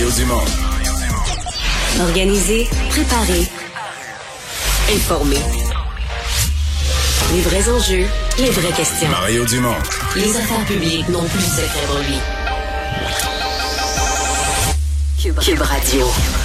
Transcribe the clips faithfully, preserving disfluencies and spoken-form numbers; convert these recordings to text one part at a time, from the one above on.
Dumont. Organiser, préparer, informer. Les vrais enjeux, les vraies questions. Mario Dumont. Les affaires publiques n'ont plus de secret pour lui. Cube, Cube Radio.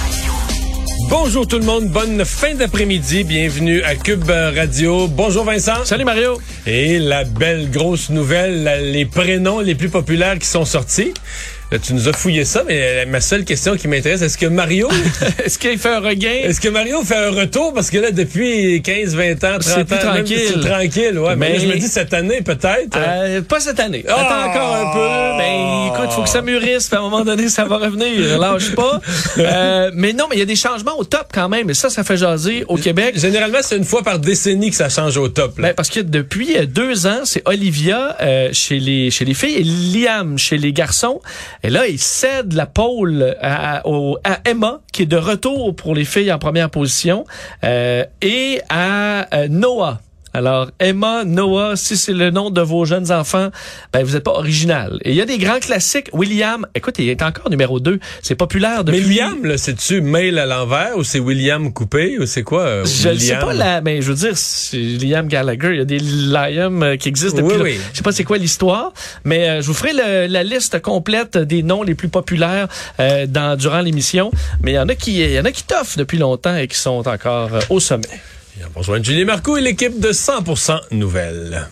Bonjour tout le monde, bonne fin d'après-midi, bienvenue à Cube Radio. Bonjour Vincent. Salut Mario. Et la belle grosse nouvelle, la, les prénoms les plus populaires qui sont sortis. Là, tu nous as fouillé ça, mais ma seule question qui m'intéresse, est-ce que Mario... est-ce qu'il fait un regain? Est-ce que Mario fait un retour? Parce que là, depuis quinze, vingt ans, trente c'est plus ans, tranquille. Même, c'est tranquille. Ouais, mais, mais là, je me dis cette année, peut-être. Euh, pas cette année. Oh! Attends encore un peu. Ben, écoute, faut que ça mûrisse, puis à un moment donné, ça va revenir. Lâche pas. euh, mais non, mais il y a des changements au top quand même. Et ça, ça fait jaser au Québec. Généralement, c'est une fois par décennie que ça change au top. Là. Ben, parce que depuis deux ans, c'est Olivia euh, chez les chez les filles et Liam chez les garçons. Et là, il cède la pole à, à, à Emma, qui est de retour pour les filles en première position, euh, et à euh, Noah. Alors, Emma, Noah, si c'est le nom de vos jeunes enfants, ben vous n'êtes pas original. Et il y a des grands classiques. William, écoute, il est encore numéro deux. C'est populaire depuis... Mais William, là, c'est-tu mail à l'envers ou c'est William coupé ou c'est quoi? Euh, je ne sais Liam? pas, la, mais je veux dire, c'est Liam Gallagher. Il y a des Liam euh, qui existent depuis... Oui, là. oui. Je sais pas c'est quoi l'histoire, mais euh, je vous ferai le, la liste complète des noms les plus populaires euh, dans, durant l'émission. Mais il y en a qui, il y en a qui toffent depuis longtemps et qui sont encore euh, au sommet. On rejoint Julie Marcoux et l'équipe de cent pour cent Nouvelles.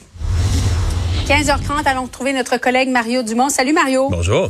quinze heures trente, allons retrouver notre collègue Mario Dumont. Salut Mario. Bonjour.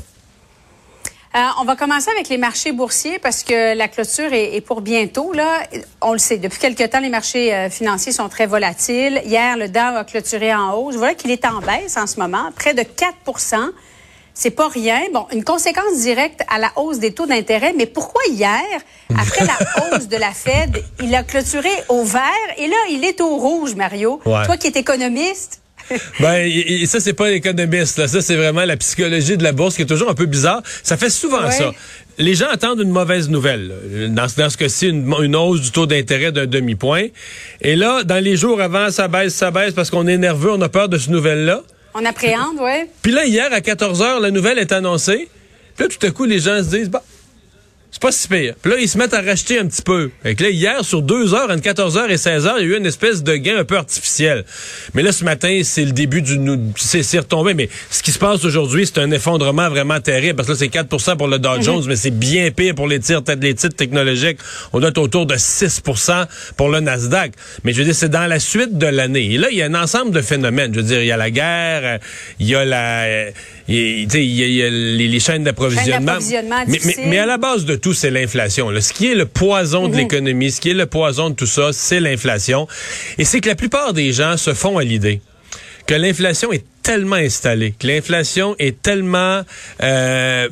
Euh, on va commencer avec les marchés boursiers parce que la clôture est, est pour bientôt. Là, on le sait, depuis quelque temps, les marchés euh, financiers sont très volatiles. Hier, le Dow a clôturé en hausse. Voilà qu'il est en baisse en ce moment, près de quatre pour cent. C'est pas rien. Bon, une conséquence directe à la hausse des taux d'intérêt. Mais pourquoi hier, après la hausse de la Fed, il a clôturé au vert et là, il est au rouge, Mario? Ouais. Toi qui es économiste. Ben, et, et ça, c'est pas l'économiste, là. Ça, c'est vraiment la psychologie de la bourse qui est toujours un peu bizarre. Ça fait souvent ouais. ça. Les gens attendent une mauvaise nouvelle. Dans, dans ce cas-ci, une, une hausse du taux d'intérêt d'un demi-point. Et là, dans les jours avant, ça baisse, ça baisse parce qu'on est nerveux, on a peur de cette nouvelle-là. On appréhende, oui. Puis là, hier, à quatorze heures, la nouvelle est annoncée. Puis là, tout à coup, les gens se disent, bah, c'est pas si pire. Puis là, ils se mettent à racheter un petit peu. Fait que là, hier, sur deux heures, entre quatorze heures et seize heures, il y a eu une espèce de gain un peu artificiel. Mais là, ce matin, c'est le début du... C'est, c'est retombé. Mais ce qui se passe aujourd'hui, c'est un effondrement vraiment terrible. Parce que là, c'est quatre pour cent pour le Dow Jones, mm-hmm. mais c'est bien pire pour les titres, les titres technologiques. On doit être autour de six pour cent pour le Nasdaq. Mais je veux dire, c'est dans la suite de l'année. Et là, il y a un ensemble de phénomènes. Je veux dire, il y a la guerre, il y a la... Il y a, il y a, il y a les, les chaînes d'approvisionnement. Chaînes d'approvisionnement mais, mais, mais à la base de tout, c'est l'inflation. Là. Ce qui est le poison de mmh. l'économie, ce qui est le poison de tout ça, c'est l'inflation. Et c'est que la plupart des gens se font à l'idée que l'inflation est tellement installée, que l'inflation est tellement euh,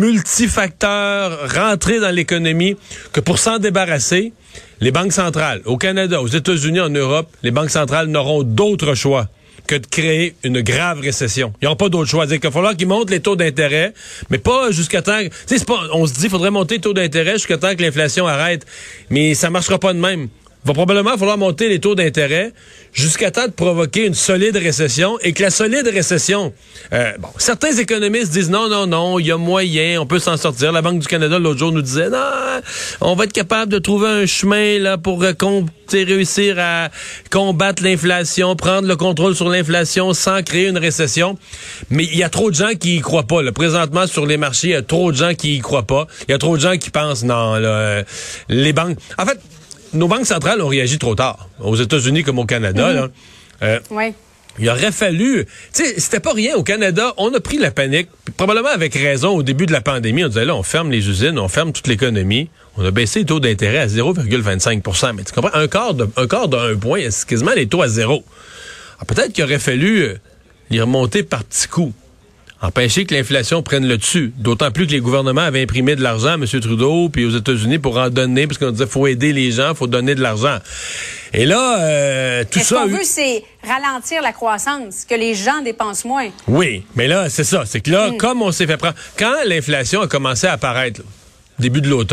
multifacteur, rentrée dans l'économie, que pour s'en débarrasser, les banques centrales, au Canada, aux États-Unis, en Europe, les banques centrales n'auront d'autre choix que de créer une grave récession. Ils n'ont pas d'autre choix. C'est-à-dire qu'il va falloir qu'ils montent les taux d'intérêt, mais pas jusqu'à temps... Tu sais, c'est pas... On se dit qu'il faudrait monter les taux d'intérêt jusqu'à temps que l'inflation arrête. Mais ça marchera pas de même. Il va probablement falloir monter les taux d'intérêt jusqu'à temps de provoquer une solide récession et que la solide récession... Euh, bon, certains économistes disent non, non, non, il y a moyen, on peut s'en sortir. La Banque du Canada, l'autre jour, nous disait non, on va être capable de trouver un chemin là pour euh, com- réussir à combattre l'inflation, prendre le contrôle sur l'inflation sans créer une récession. Mais il y a trop de gens qui y croient pas. Là. Présentement, sur les marchés, il y a trop de gens qui y croient pas. Il y a trop de gens qui pensent non, là, euh, les banques... En fait, nos banques centrales ont réagi trop tard, aux États-Unis comme au Canada. Mm-hmm. Là. Euh, oui. Il aurait fallu... Tu sais, c'était pas rien. Au Canada, on a pris la panique, probablement avec raison, au début de la pandémie. On disait, là, on ferme les usines, on ferme toute l'économie. On a baissé les taux d'intérêt à zéro virgule vingt-cinq pour cent. Mais tu comprends? Un quart de, un quart d'un point, c'est quasiment les taux à zéro. Alors, peut-être qu'il aurait fallu les remonter par petits coups. Empêcher que l'inflation prenne le dessus. D'autant plus que les gouvernements avaient imprimé de l'argent à M. Trudeau puis aux États-Unis pour en donner, parce qu'on disait faut aider les gens, faut donner de l'argent. Et là, euh, tout mais ça... Ce qu'on veut, c'est ralentir la croissance, que les gens dépensent moins. Oui, mais là, c'est ça. C'est que là, mm. comme on s'est fait prendre... Quand l'inflation a commencé à apparaître, là, début de l'automne,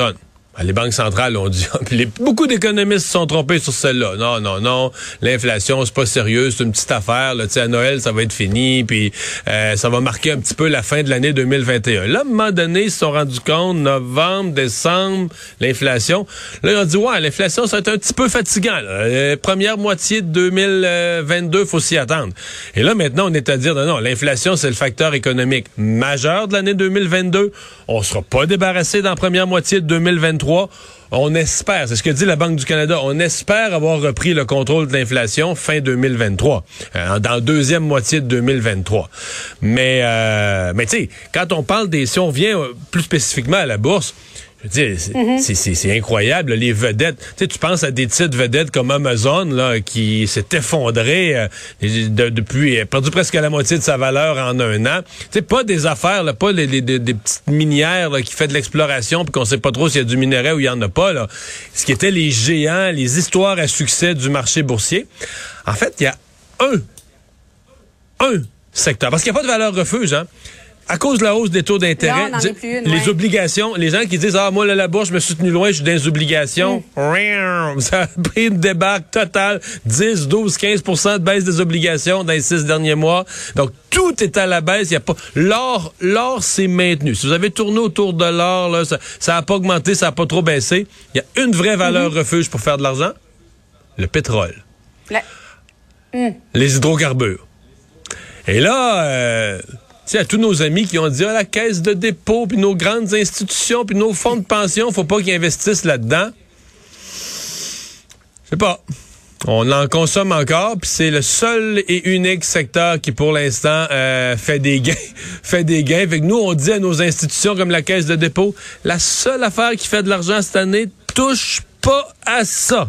Les banques centrales ont dit, puis les, beaucoup d'économistes se sont trompés sur celle-là. Non, non, non, l'inflation, c'est pas sérieux, c'est une petite affaire. Là, tu sais, à Noël, ça va être fini, puis euh, ça va marquer un petit peu la fin de l'année deux mille vingt et un. Là, à un moment donné, ils se sont rendus compte, novembre, décembre, l'inflation. Là, ils ont dit, ouais, l'inflation, ça va être un petit peu fatigant. Là. La première moitié de deux mille vingt-deux, faut s'y attendre. Et là, maintenant, on est à dire, non, non, l'inflation, c'est le facteur économique majeur de l'année deux mille vingt-deux. On sera pas débarrassé dans la première moitié de deux mille vingt-trois. On espère, c'est ce que dit la Banque du Canada, on espère avoir repris le contrôle de l'inflation fin deux mille vingt-trois, euh, dans la deuxième moitié de deux mille vingt-trois. Mais, euh, mais tu sais, quand on parle des... Si on revient plus spécifiquement à la bourse, je veux dire, c'est, mm-hmm. c'est, c'est, c'est incroyable, là, les vedettes. Tu sais, tu penses à des titres vedettes comme Amazon, là, qui s'est effondré euh, de, depuis, a perdu presque la moitié de sa valeur en un an. Tu sais, pas des affaires, là, pas les, les, des, des petites minières là, qui fait de l'exploration puis qu'on sait pas trop s'il y a du minerai ou il y en a pas, là. Ce qui était les géants, les histoires à succès du marché boursier. En fait, il y a un, un secteur, parce qu'il n'y a pas de valeur refuge, hein. À cause de la hausse des taux d'intérêt, non, plus une, les ouais. obligations, les gens qui disent « Ah, moi, là, la bourse, je me suis tenu loin, je suis dans les obligations. Mm. » Ça a pris une débarque totale, dix, douze, quinze pour cent de baisse des obligations dans les six derniers mois. Donc, tout est à la baisse. Il y a pas L'or, l'or s'est maintenu. Si vous avez tourné autour de l'or, là, ça n'a pas augmenté, ça n'a pas trop baissé. Il y a une vraie valeur mm-hmm. refuge pour faire de l'argent, le pétrole. La... Mm. Les hydrocarbures. Et là... Euh, Tu sais, à tous nos amis qui ont dit ah, la caisse de dépôt, puis nos grandes institutions, puis nos fonds de pension, faut pas qu'ils investissent là-dedans. Je sais pas. On en consomme encore, puis c'est le seul et unique secteur qui, pour l'instant, euh, fait des gains. fait des gains. Fait que nous, on dit à nos institutions comme la caisse de dépôt, la seule affaire qui fait de l'argent cette année, touche pas à ça.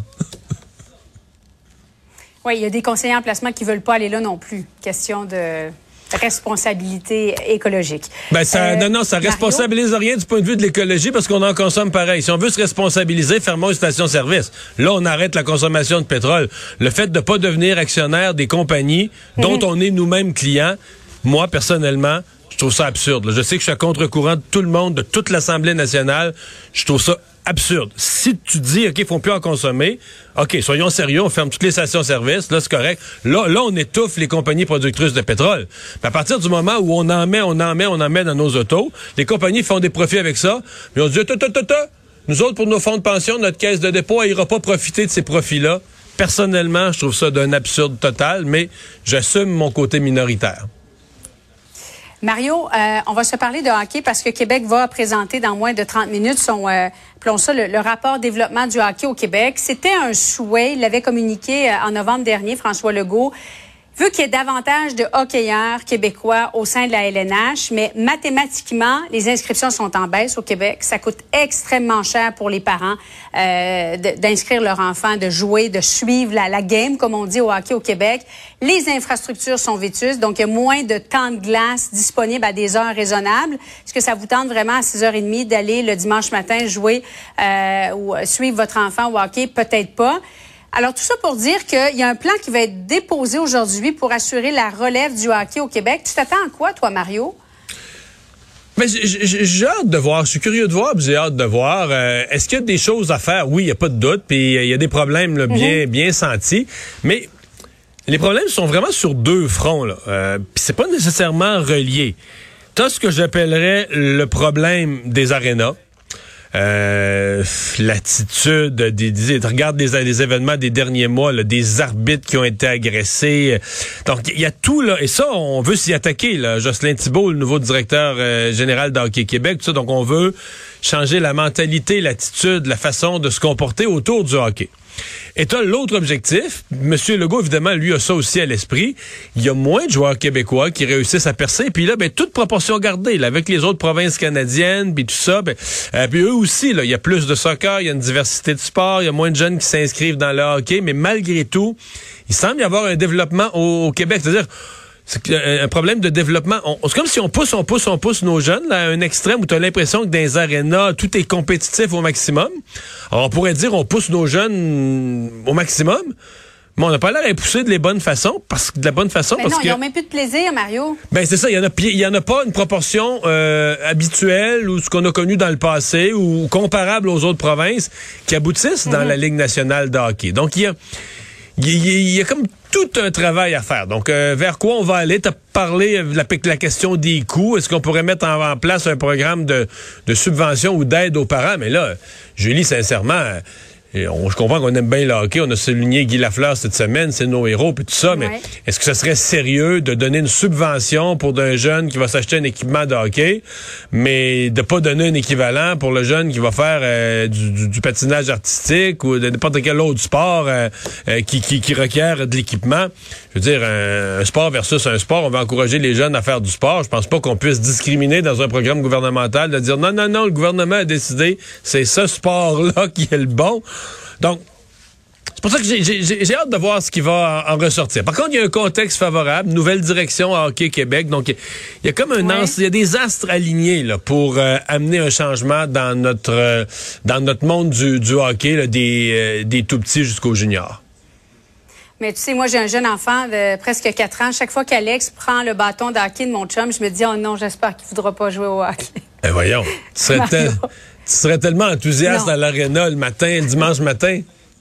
Oui, il y a des conseillers en placement qui veulent pas aller là non plus. Question de... responsabilité écologique. Ben ça, euh, non, non, ça Mario? responsabilise rien du point de vue de l'écologie parce qu'on en consomme pareil. Si on veut se responsabiliser, fermons une station-service. Là, on arrête la consommation de pétrole. Le fait de pas devenir actionnaire des compagnies dont mm-hmm. on est nous-mêmes clients, moi, personnellement, je trouve ça absurde. Là. Je sais que je suis à contre-courant de tout le monde, de toute l'Assemblée nationale. Je trouve ça absurde. Si tu dis, OK, il ne faut plus en consommer, OK, soyons sérieux, on ferme toutes les stations-service, là, c'est correct. Là, là, on étouffe les compagnies productrices de pétrole. Mais à partir du moment où on en met, on en met, on en met dans nos autos, les compagnies font des profits avec ça, mais on dit, ta, ta, ta, ta, nous autres, pour nos fonds de pension, notre caisse de dépôt, elle ira pas profiter de ces profits-là. Personnellement, je trouve ça d'un absurde total, mais j'assume mon côté minoritaire. Mario, euh, on va se parler de hockey parce que Québec va présenter dans moins de trente minutes son, euh, appelons ça, le, le rapport développement du hockey au Québec. C'était un souhait, il l'avait communiqué euh, en novembre dernier, François Legault. Veut qu'il y ait davantage de hockeyeurs québécois au sein de la L N H, mais mathématiquement, les inscriptions sont en baisse au Québec. Ça coûte extrêmement cher pour les parents euh, de, d'inscrire leur enfant, de jouer, de suivre la, la game, comme on dit au hockey au Québec. Les infrastructures sont vétustes, donc il y a moins de temps de glace disponible à des heures raisonnables. Est-ce que ça vous tente vraiment à six heures trente d'aller le dimanche matin jouer euh, ou suivre votre enfant au hockey? Peut-être pas. Alors, tout ça pour dire qu'il y a un plan qui va être déposé aujourd'hui pour assurer la relève du hockey au Québec. Tu t'attends à quoi, toi, Mario? Mais j'ai, j'ai hâte de voir. Je suis curieux de voir, puis j'ai hâte de voir. Euh, est-ce qu'il y a des choses à faire? Oui, il n'y a pas de doute, puis il y a des problèmes là, bien, mm-hmm. bien sentis. Mais les problèmes sont vraiment sur deux fronts, là. Euh, puis c'est pas nécessairement relié. T'as ce que j'appellerais le problème des arénas. Euh, l'attitude des, des regarde les, les événements des derniers mois, là, des arbitres qui ont été agressés. Donc il y a tout là, et ça on veut s'y attaquer là. Jocelyn Thibault, le nouveau directeur euh, général d'Hockey Québec, tout ça, donc on veut changer la mentalité, l'attitude, la façon de se comporter autour du hockey. Et t'as l'autre objectif, M. Legault, évidemment, lui a ça aussi à l'esprit. Il y a moins de joueurs québécois qui réussissent à percer. Puis là, ben, toute proportion gardée, là, avec les autres provinces canadiennes, puis tout ça. Ben, euh, puis eux aussi, là, il y a plus de soccer, il y a une diversité de sports, il y a moins de jeunes qui s'inscrivent dans le hockey. Mais malgré tout, il semble y avoir un développement au, au Québec. C'est-à-dire, c'est un problème de développement. On, c'est comme si on pousse, on pousse, on pousse nos jeunes là, à un extrême où tu as l'impression que dans les arénas, tout est compétitif au maximum. Alors, on pourrait dire on pousse nos jeunes au maximum, Mais on n'a pas l'air à pousser de les bonnes façons, parce que de la bonne façon, mais parce non, que... ils n'ont même plus de plaisir, Mario. Ben c'est ça, il y en a, il y en a pas une proportion euh, habituelle ou ce qu'on a connu dans le passé ou comparable aux autres provinces qui aboutissent mm-hmm. dans la Ligue nationale de hockey. Donc il y a, il y a, il y a comme tout un travail à faire. Donc, euh, vers quoi on va aller? Tu as parlé de la, la question des coûts. Est-ce qu'on pourrait mettre en, en place un programme de, de subvention ou d'aide aux parents? Mais là, Julie, sincèrement... Et on, je comprends qu'on aime bien le hockey. On a souligné Guy Lafleur cette semaine, c'est nos héros puis tout ça. Mais ouais. Est-ce que ce serait sérieux de donner une subvention pour un jeune qui va s'acheter un équipement de hockey, mais de pas donner un équivalent pour le jeune qui va faire euh, du, du, du patinage artistique ou de n'importe quel autre sport euh, euh, qui, qui, qui requiert de l'équipement? Je veux dire, un, un sport versus un sport, on va encourager les jeunes à faire du sport. Je pense pas qu'on puisse discriminer dans un programme gouvernemental de dire non, non, non, le gouvernement a décidé, c'est ce sport-là qui est le bon. Donc, c'est pour ça que j'ai, j'ai, j'ai hâte de voir ce qui va en, en ressortir. Par contre, il y a un contexte favorable, nouvelle direction à Hockey Québec. Donc, il y a comme un ouais. ans, il y a des astres alignés là, pour euh, amener un changement dans notre euh, dans notre monde du, du hockey, là, des, euh, des tout-petits jusqu'aux juniors. Mais tu sais, moi, j'ai un jeune enfant de presque quatre ans. Chaque fois qu'Alex prend le bâton de hockey de mon chum, je me dis, oh non, j'espère qu'il ne voudra pas jouer au hockey. Eh voyons, tu serais, tel, tu serais tellement enthousiaste non. à l'aréna le matin, le dimanche matin.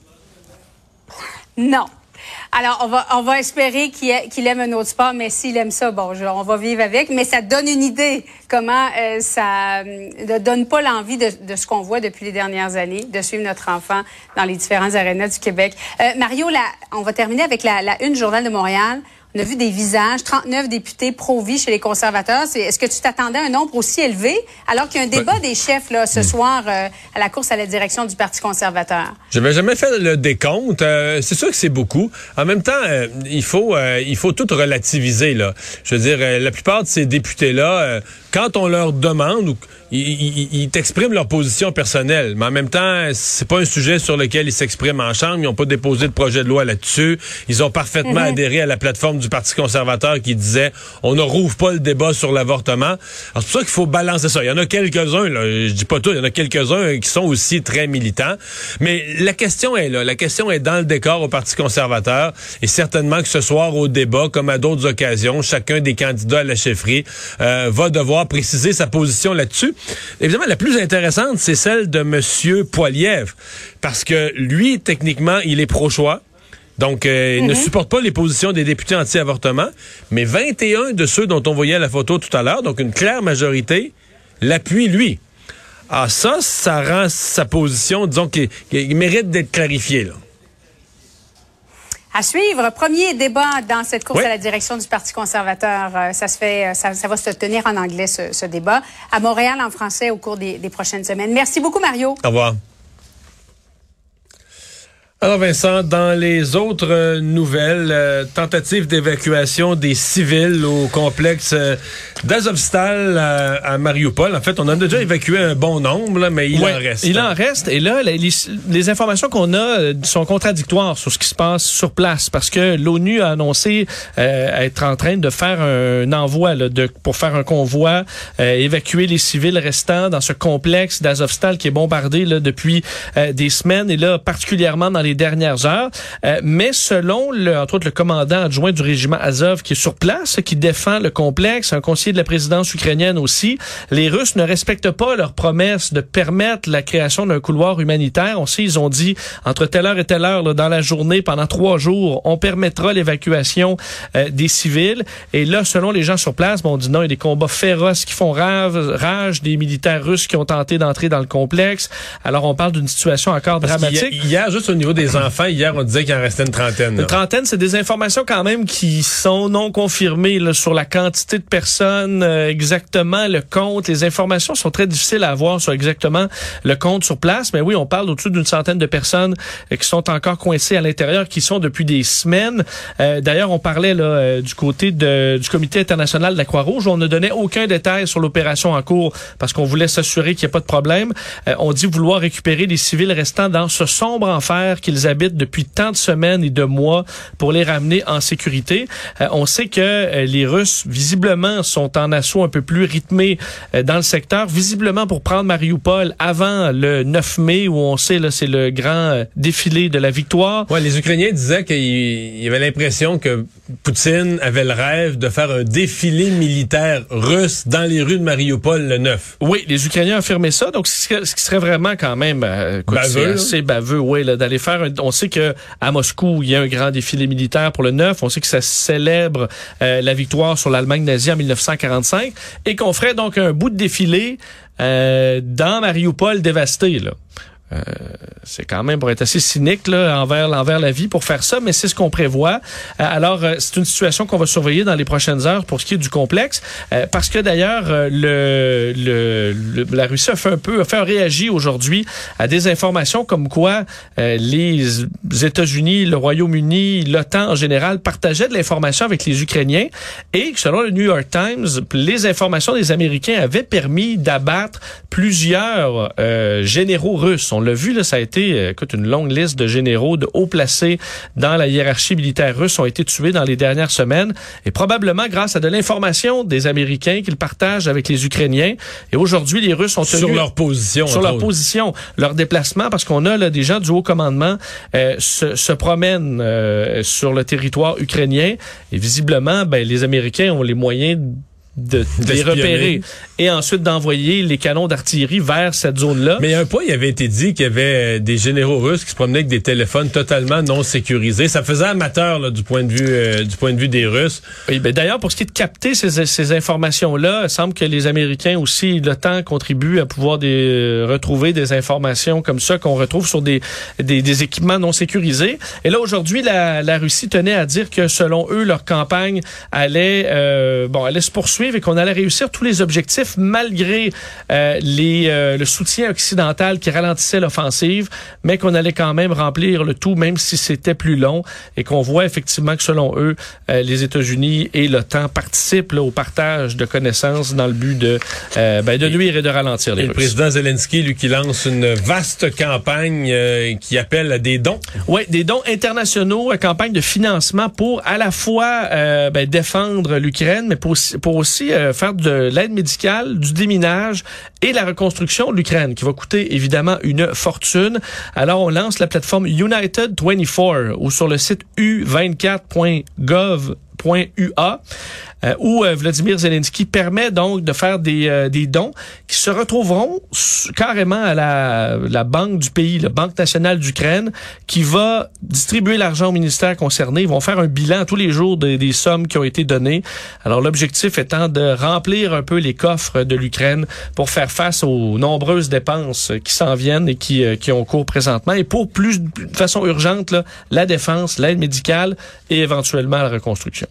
Non. Alors, on va, on va espérer qu'il, a, qu'il aime un autre sport, mais s'il aime ça, bon, je, on va vivre avec. Mais ça donne une idée comment euh, ça ne donne pas l'envie de, de ce qu'on voit depuis les dernières années, de suivre notre enfant dans les différents arénas du Québec. Euh, Mario, la, on va terminer avec la, la une Journal de Montréal. On a vu des visages, trente-neuf députés pro-vie chez les conservateurs. C'est, est-ce que tu t'attendais à un nombre aussi élevé, alors qu'il y a un débat ouais. des chefs là, ce mmh. soir euh, à la course à la direction du Parti conservateur? Je n'avais jamais fait le décompte. Euh, c'est sûr que c'est beaucoup. En même temps, euh, il faut euh, il faut tout relativiser. Là. Je veux dire, euh, la plupart de ces députés-là, euh, quand on leur demande, ou, ils, ils, ils t'expriment leur position personnelle, mais en même temps, c'est pas un sujet sur lequel ils s'expriment en chambre. Ils n'ont pas déposé de projet de loi là-dessus. Ils ont parfaitement mmh. adhéré à la plateforme du Parti conservateur qui disait on ne rouvre pas le débat sur l'avortement. Alors c'est pour ça qu'il faut balancer ça. Il y en a quelques-uns, là, je dis pas tout, il y en a quelques-uns qui sont aussi très militants. Mais la question est là. La question est dans le décor au Parti conservateur. Et certainement que ce soir au débat, comme à d'autres occasions, chacun des candidats à la chefferie euh, va devoir préciser sa position là-dessus. Évidemment, la plus intéressante, c'est celle de M. Poilievre. Parce que lui, techniquement, il est pro-choix. Donc, euh, il mm-hmm. ne supporte pas les positions des députés anti-avortement, mais vingt et un de ceux dont on voyait la photo tout à l'heure, donc une claire majorité, l'appuient lui. Ah, ça, ça rend sa position, disons, qu'il, qu'il mérite d'être clarifié, là. À suivre, premier débat dans cette course oui. à la direction du Parti conservateur. Euh, ça se fait, ça, ça va se tenir en anglais, ce, ce débat. À Montréal, en français, au cours des, des prochaines semaines. Merci beaucoup, Mario. Au revoir. Alors Vincent, dans les autres euh, nouvelles, euh, tentative d'évacuation des civils au complexe euh, d'Azovstal à, à Mariupol. En fait, on en a déjà évacué un bon nombre, là, mais il ouais, en reste. Il en reste. Et là, les, les informations qu'on a sont contradictoires sur ce qui se passe sur place parce que l'ONU a annoncé euh, être en train de faire un envoi là, de, pour faire un convoi, euh, évacuer les civils restants dans ce complexe d'Azovstal qui est bombardé là, depuis euh, des semaines et là, particulièrement dans les dernières heures. Euh, mais selon, le, entre autres, le commandant adjoint du régiment Azov qui est sur place, qui défend le complexe, un conseiller de la présidence ukrainienne aussi, les Russes ne respectent pas leur promesse de permettre la création d'un couloir humanitaire. On sait, ils ont dit, entre telle heure et telle heure, là, dans la journée, pendant trois jours, on permettra l'évacuation euh, des civils. Et là, selon les gens sur place, bon, on dit non, il y a des combats féroces qui font rage, rage des militaires russes qui ont tenté d'entrer dans le complexe. Alors, on parle d'une situation encore Parce dramatique. Hier, hier, juste au niveau des enfants, hier, on disait qu'il en restait une trentaine. Là. Une trentaine, c'est des informations quand même qui sont non confirmées là, sur la quantité de personnes, euh, exactement le compte. Les informations sont très difficiles à avoir sur exactement le compte sur place. Mais oui, on parle au-dessus d'une centaine de personnes euh, qui sont encore coincées à l'intérieur, qui sont depuis des semaines. Euh, d'ailleurs, on parlait là euh, du côté de, du Comité international de la Croix-Rouge. On ne donnait aucun détail sur l'opération en cours parce qu'on voulait s'assurer qu'il n'y ait pas de problème. Euh, on dit vouloir récupérer les civils restants dans ce sombre enfer qui qu'ils habitent depuis tant de semaines et de mois pour les ramener en sécurité. Euh, on sait que euh, les Russes, visiblement, sont en assaut un peu plus rythmé euh, dans le secteur, visiblement pour prendre Mariupol avant le neuf mai, où on sait, là, c'est le grand euh, défilé de la victoire. Ouais, les Ukrainiens disaient qu'il y avait l'impression que Poutine avait le rêve de faire un défilé militaire russe dans les rues de Mariupol le neuf. Oui, les Ukrainiens affirmaient ça, donc ce qui serait vraiment quand même euh, écoute, baveux, c'est assez baveux, oui, là, d'aller faire. Un, on sait que à Moscou, il y a un grand défilé militaire pour le neuf. On sait que ça célèbre euh, la victoire sur l'Allemagne nazie en mille neuf cent quarante-cinq et qu'on ferait donc un bout de défilé euh, dans Mariupol dévasté, là. Euh, c'est quand même pour être assez cynique là, envers, envers la vie pour faire ça, mais c'est ce qu'on prévoit. Euh, alors, euh, c'est une situation qu'on va surveiller dans les prochaines heures pour ce qui est du complexe, euh, parce que d'ailleurs, euh, le, le, le la Russie a fait un peu, a fait réagir aujourd'hui à des informations comme quoi euh, les États-Unis, le Royaume-Uni, l'OTAN en général partageaient de l'information avec les Ukrainiens et selon le New York Times, les informations des Américains avaient permis d'abattre plusieurs euh, généraux russes. On l'a vu, là, ça a été écoute, une longue liste de généraux de haut placés dans la hiérarchie militaire russe ont été tués dans les dernières semaines et probablement grâce à de l'information des Américains qu'ils partagent avec les Ukrainiens. Et aujourd'hui, les Russes ont tenu... Sur leur position. Sur leur position, leur déplacement, parce qu'on a là, des gens du haut commandement euh, se, se promènent euh, sur le territoire ukrainien et visiblement, ben, les Américains ont les moyens de, de les repérer et ensuite d'envoyer les canons d'artillerie vers cette zone-là. Mais un point, il avait été dit qu'il y avait des généraux russes qui se promenaient avec des téléphones totalement non sécurisés. Ça faisait amateur là, du point de vue euh, du point de vue des Russes. Oui, ben d'ailleurs, pour ce qui est de capter ces, ces informations-là, il semble que les Américains aussi, l'OTAN contribue à pouvoir des, euh, retrouver des informations comme ça qu'on retrouve sur des, des, des équipements non sécurisés. Et là, aujourd'hui, la, la Russie tenait à dire que selon eux, leur campagne allait, euh, bon, allait se poursuivre et qu'on allait réussir tous les objectifs malgré euh, les, euh, le soutien occidental qui ralentissait l'offensive, mais qu'on allait quand même remplir le tout, même si c'était plus long, et qu'on voit effectivement que selon eux, euh, les États-Unis et l'OTAN participent là, au partage de connaissances dans le but de, euh, ben, de nuire et de ralentir les et Russes. Le président Zelensky, lui, qui lance une vaste campagne euh, qui appelle à des dons. Oui, des dons internationaux, campagne de financement pour à la fois euh, ben, défendre l'Ukraine, mais pour, pour aussi euh, faire de l'aide médicale, du déminage et la reconstruction de l'Ukraine, qui va coûter évidemment une fortune. Alors, on lance la plateforme United vingt-quatre ou sur le site u vingt-quatre point gov point u a euh, où euh, Vladimir Zelensky permet donc de faire des, euh, des dons qui se retrouveront carrément à la, la banque du pays, la Banque nationale d'Ukraine, qui va distribuer l'argent au ministère concerné. Ils vont faire un bilan tous les jours des, des sommes qui ont été données. Alors, l'objectif étant de remplir un peu les coffres de l'Ukraine pour faire face aux nombreuses dépenses qui s'en viennent et qui, euh, qui ont cours présentement. Et pour plus de façon urgente, là, la défense, l'aide médicale et éventuellement la reconstruction.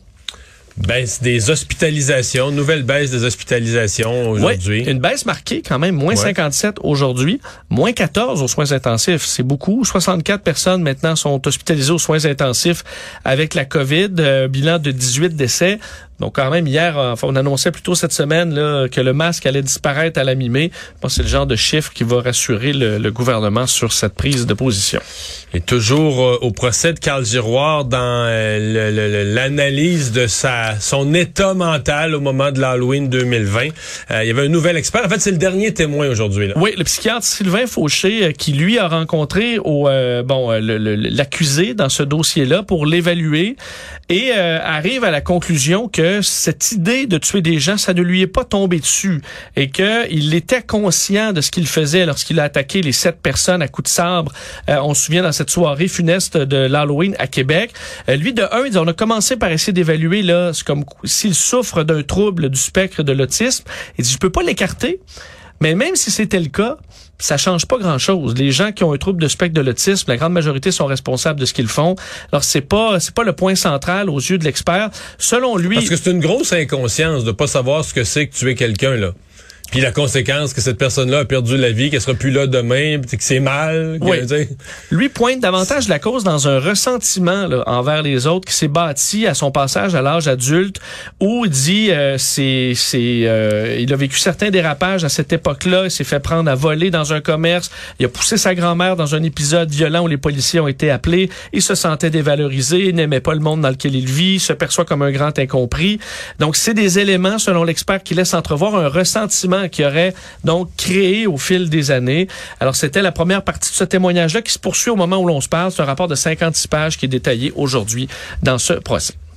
Baisse des hospitalisations, nouvelle baisse des hospitalisations aujourd'hui. Oui, une baisse marquée quand même, moins ouais. cinquante-sept aujourd'hui, moins quatorze aux soins intensifs, c'est beaucoup. soixante-quatre personnes maintenant sont hospitalisées aux soins intensifs avec la COVID, euh, bilan de dix-huit décès. Donc quand même, hier, enfin, on annonçait plutôt cette semaine là, que le masque allait disparaître à la mi-mai. Je pense que c'est le genre de chiffre qui va rassurer le, le gouvernement sur cette prise de position. Et toujours euh, au procès de Carl Giroir, dans euh, le, le, l'analyse de sa son état mental au moment de l'Halloween deux mille vingt, euh, il y avait un nouvel expert. En fait, c'est le dernier témoin aujourd'hui. Là. Oui, le psychiatre Sylvain Fauché, euh, qui lui a rencontré au euh, bon euh, le, le, l'accusé dans ce dossier-là pour l'évaluer et euh, arrive à la conclusion que cette idée de tuer des gens, ça ne lui est pas tombé dessus et qu'il était conscient de ce qu'il faisait lorsqu'il a attaqué les sept personnes à coups de sabre. Euh, on se souvient dans cette soirée funeste de l'Halloween à Québec. Euh, lui, de un, il dit, on a commencé par essayer d'évaluer là, c'est comme s'il souffre d'un trouble du spectre de l'autisme. Il dit, je peux pas l'écarter. Mais même si c'était le cas, ça change pas grand-chose. Les gens qui ont un trouble de spectre de l'autisme, la grande majorité sont responsables de ce qu'ils font. Alors c'est pas c'est pas le point central aux yeux de l'expert. Selon lui, parce que c'est une grosse inconscience de pas savoir ce que c'est que tuer quelqu'un là. Puis la conséquence que cette personne-là a perdu la vie, qu'elle sera plus là demain, que c'est mal. Que, oui. t'sais. Lui pointe davantage la cause dans un ressentiment là, envers les autres qui s'est bâti à son passage à l'âge adulte, où il dit euh, c'est c'est euh, il a vécu certains dérapages à cette époque-là, il s'est fait prendre à voler dans un commerce, il a poussé sa grand-mère dans un épisode violent où les policiers ont été appelés, il se sentait dévalorisé, il n'aimait pas le monde dans lequel il vit, il se perçoit comme un grand incompris. Donc c'est des éléments selon l'expert qui laissent entrevoir un ressentiment qui aurait donc créé au fil des années. Alors, c'était la première partie de ce témoignage-là qui se poursuit au moment où l'on se parle. C'est un rapport de cinquante-six pages qui est détaillé aujourd'hui dans ce procès.